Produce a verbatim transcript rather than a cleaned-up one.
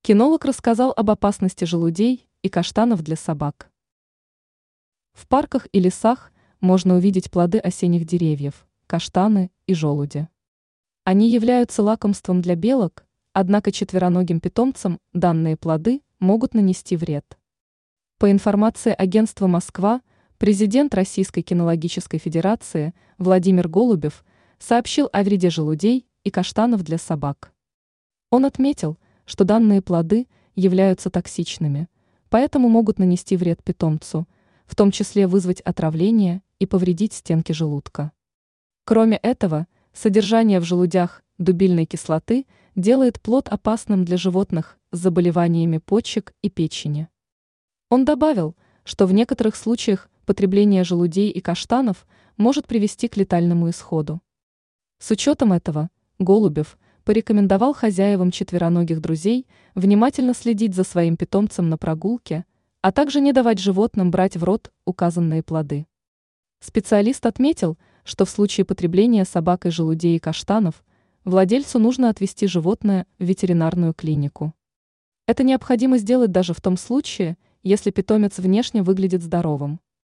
Кинолог рассказал об опасности желудей и каштанов для собак. В парках и лесах можно увидеть плоды осенних деревьев, каштаны и желуди. Они являются лакомством для белок, однако четвероногим питомцам данные плоды могут нанести вред. По информации агентства «Москва», президент Российской кинологической федерации Владимир Голубев сообщил о вреде желудей и каштанов для собак. Он отметил, что данные плоды являются токсичными, поэтому могут нанести вред питомцу, в том числе вызвать отравление и повредить стенки желудка. Кроме этого, содержание в желудях дубильной кислоты делает плод опасным для животных с заболеваниями почек и печени. Он добавил, что в некоторых случаях потребление желудей и каштанов может привести к летальному исходу. С учетом этого, Голубев порекомендовал хозяевам четвероногих друзей внимательно следить за своим питомцем на прогулке, а также не давать животным брать в рот указанные плоды. Специалист отметил, что в случае потребления собакой желудей и каштанов владельцу нужно отвезти животное в ветеринарную клинику. Это необходимо сделать даже в том случае, если питомец внешне выглядит здоровым.